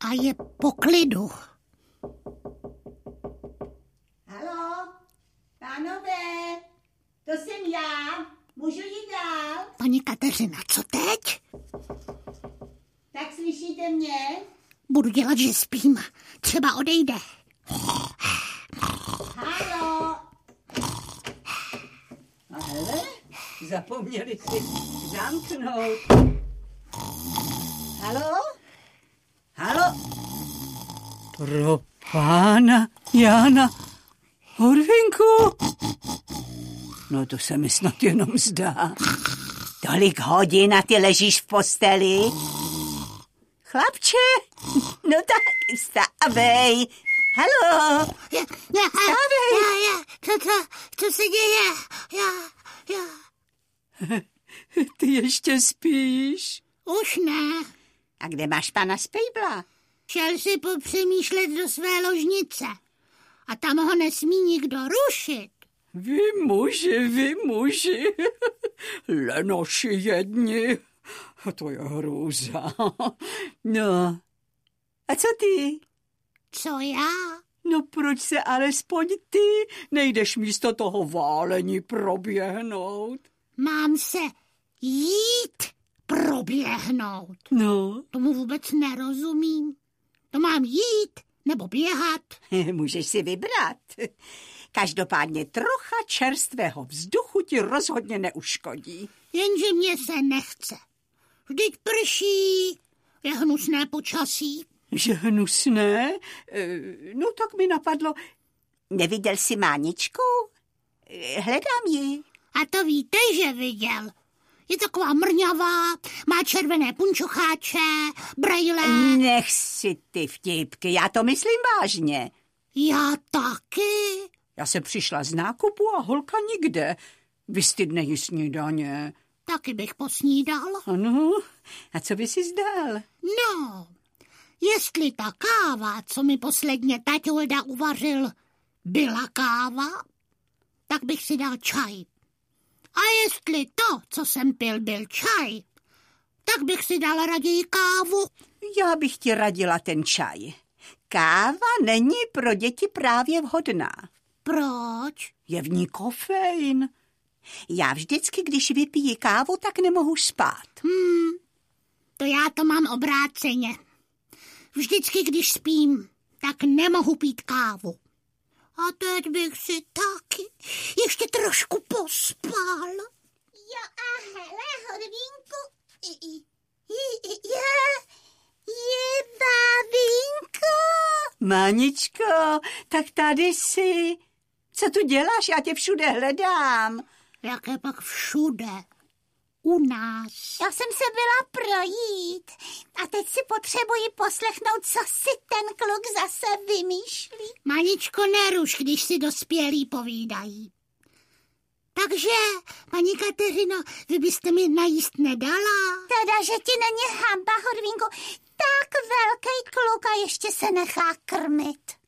a je po klidu. Haló, pánové, to jsem já, můžu jít dál? Paní Kateřina, co teď? Tak slyšíte mě? Budu dělat, že spím. Třeba odejde. Haló. A hele, zapomněli si zamknout. Haló? Haló? Pro pána Jana Horvinku? No to se mi snad jenom zdá. Tolik hodin a ty ležíš v posteli? Chlapče, no tak vstávej. Haló? Co se děje? Ty ještě spíš? Už ne. A kde máš pana Spejbla? Šel si popřemýšlet do své ložnice. A tam ho nesmí nikdo rušit. Vy muži. Lenoši jedni. To je hrůza. No, a co ty? Co já? No proč se alespoň ty nejdeš místo toho válení proběhnout? Mám se jít proběhnout. No. Tomu vůbec nerozumím. To mám jít nebo běhat? Můžeš si vybrat. Každopádně trocha čerstvého vzduchu ti rozhodně neuškodí. Jenže mě se nechce. Vždyť prší, je hnusné počasí. Že hnusné? No tak mi napadlo. Neviděl jsi Máničku? Hledám ji. A to víte, že viděl. Je taková mrňavá, má červené punčocháče, brejle. Nech si ty vtipky, já to myslím vážně. Já taky. Já jsem přišla z nákupu a holka nikde. Vystydne jí snídaně. Taky bych posnídal. Ano, a co by si zdal? No, jestli ta káva, co mi posledně taťolda uvařil, byla káva, tak bych si dal čaj. A jestli to, co jsem pil, byl čaj, tak bych si dal raději kávu. Já bych ti radila ten čaj. Káva není pro děti právě vhodná. Proč? Je v ní kofein. Já vždycky, když vypiji kávu, tak nemohu spát. To já to mám obráceně. Vždycky, když spím, tak nemohu pít kávu. A teď bych si taky ještě trošku pospal. Jo a hele, Horvínku, je babinko. Máničko, tak tady jsi. Co tu děláš? Já tě všude hledám. Jaké pak všude? U nás. Já jsem se byla projít a teď si potřebuji poslechnout, co si ten kluk zase vymýšlí. Maničko, neruš, když si dospělí povídají. Takže, paní Kateřino, vy byste mi najíst nedala? Teda, že ti není hamba, Horvínku, tak velký kluk a ještě se nechá krmit.